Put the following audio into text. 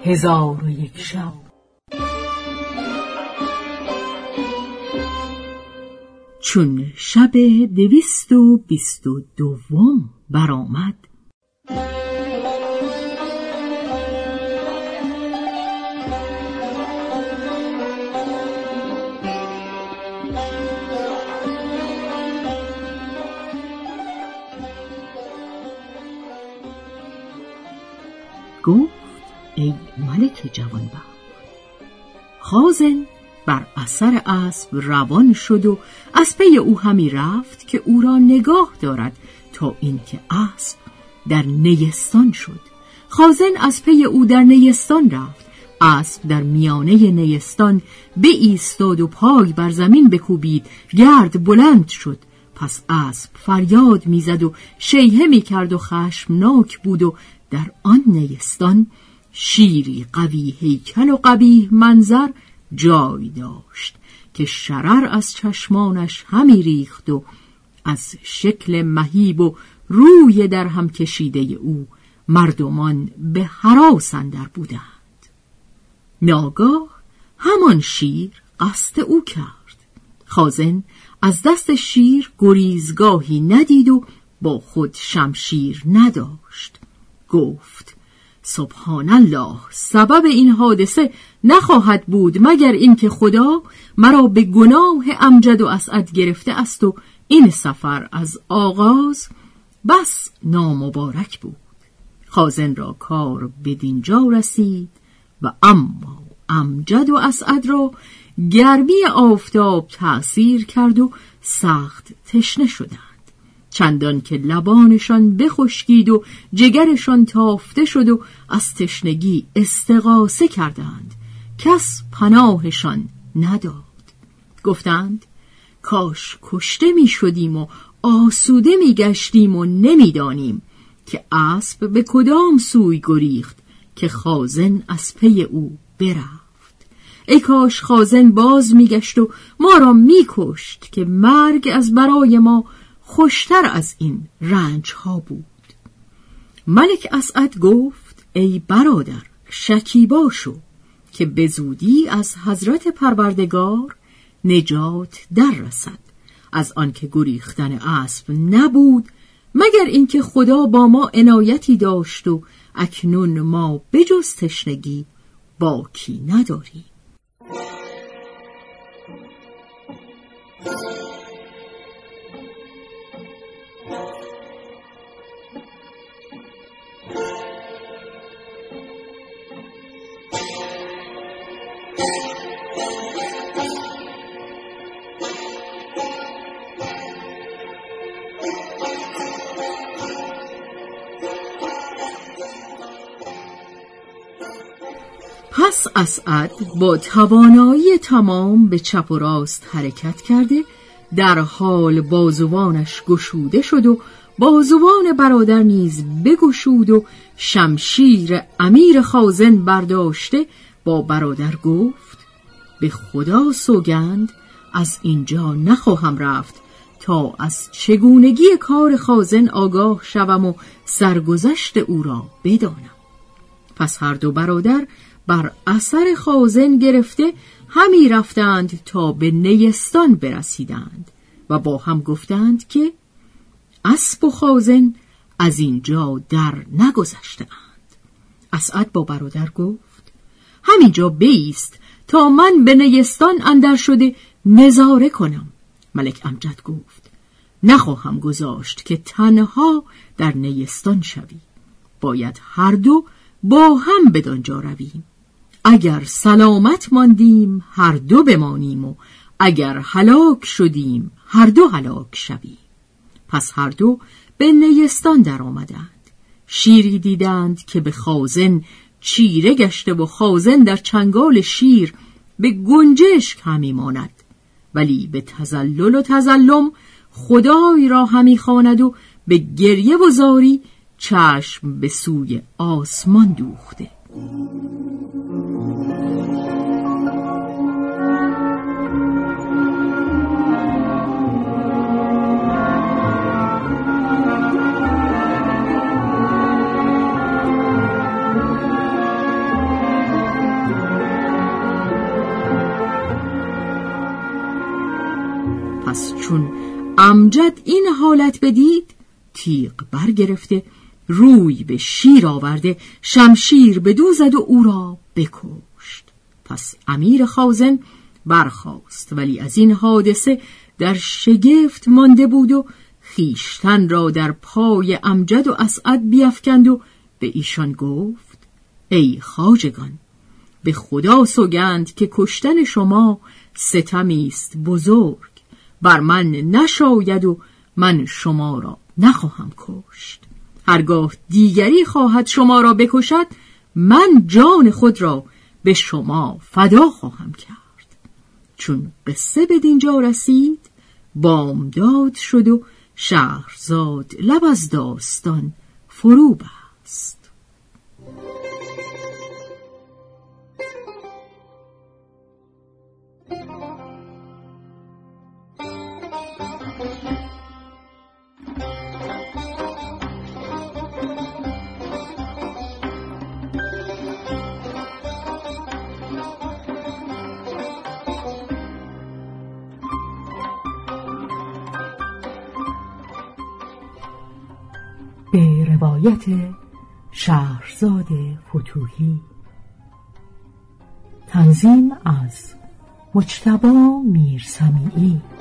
1001 شب. چون شب 222 برآمد، گفت ای ملک جوانبخت. خازن بر اثر اسب روان شد و از پی او همی رفت که او را نگاه دارد تا اینکه اسب در نیستان شد. خازن از پی او در نیستان رفت. اسب در میانه نیستان بایستاد و پای بر زمین بکوبید. گرد بلند شد. پس اسب فریاد میزد و شیهه میکرد و خشمناک بود و در آن نیستان شیری قوی هیکل و قبیح منظر جای داشت که شرر از چشمانش همی ریخت و از شکل مهیب و روی در هم کشیده او مردمان به هراس اندر بودند. ناگاه همان شیر قصد او کرد. خازن از دست شیر گریزگاهی ندید و با خود شمشیر نداشت. گفت سبحان الله، سبب این حادثه نخواهد بود مگر اینکه خدا مرا به گناه امجد و اسعد گرفته است و این سفر از آغاز بس نامبارک بود. خازن را کار بدینجا رسید و اما امجد و اسعد را گرمی آفتاب تأثیر کرد و سخت تشنه شدند، چندان که لبانشان بخشکید و جگرشان تافته شد و از تشنگی استغاثه کردند. کس پناهشان نداد. گفتند کاش کشته می شدیم و آسوده می گشتیم و نمی دانیم که اسب به کدام سوی گریخت که خازن از پی او برفت. ای کاش خازن باز می گشت و ما را می کشت که مرگ از برای ما خوشتر از این رنج ها بود. ملک اسعد گفت ای برادر، شکیبا شو که به زودی از حضرت پروردگار نجات در رسد. از آنکه گریختن اسب نبود مگر اینکه خدا با ما عنایتی داشت و اکنون ما بجز تشنگی باکی نداریم. پس اسعد با توانایی تمام به چپ و راست حرکت کرده در حال بازوانش گشوده شد و بازوان برادر نیز بگشود و شمشیر امیر خازن برداشته با برادر گفت به خدا سوگند از اینجا نخواهم رفت تا از چگونگی کار خازن آگاه شوم و سرگذشت او را بدانم. پس هر دو برادر بر اثر خازن گرفته همی رفتند تا به نیستان برسیدند و با هم گفتند که اسب و خازن از اینجا در نگذشتند. اسعد با برادر گفت همینجا بایست تا من به نیستان اندر شده نظاره کنم. ملک امجد گفت نخواهم گذاشت که تنها در نیستان شوی، باید هر دو با هم بدانجا رویم. اگر سلامت ماندیم هر دو بمانیم و اگر هلاک شدیم هر دو هلاک شویم. پس هر دو به نیستان در آمدند. شیری دیدند که به خازن چیره گشته و خازن در چنگال شیر به گنجشک همی ماند، ولی به تذلل و تظلم خدای را همی خواند و به گریه و زاری چشم به سوی آسمان دوخته. پس چون امجد این حالت بدید، تیغ برگرفته روی به شیر آورده شمشیر بدو زد و او را بکشت. پس امیر خازن برخاست، ولی از این حادثه در شگفت مانده بود و خیشتن را در پای امجد و اسعد بیفکند و به ایشان گفت: ای خواجگان، به خدا سوگند که کشتن شما ستمی است بزرگ، بر من نشاید و من شما را نخواهم کشت. هرگاه دیگری خواهد شما را بکشد، من جان خود را به شما فدا خواهم کرد. چون قصه به دینجا رسید، بامداد شد و شهرزاد لب از داستان فرو بست. به روایت شهرزاد فتوحی. تنظیم از مجتبی میرسمیعی.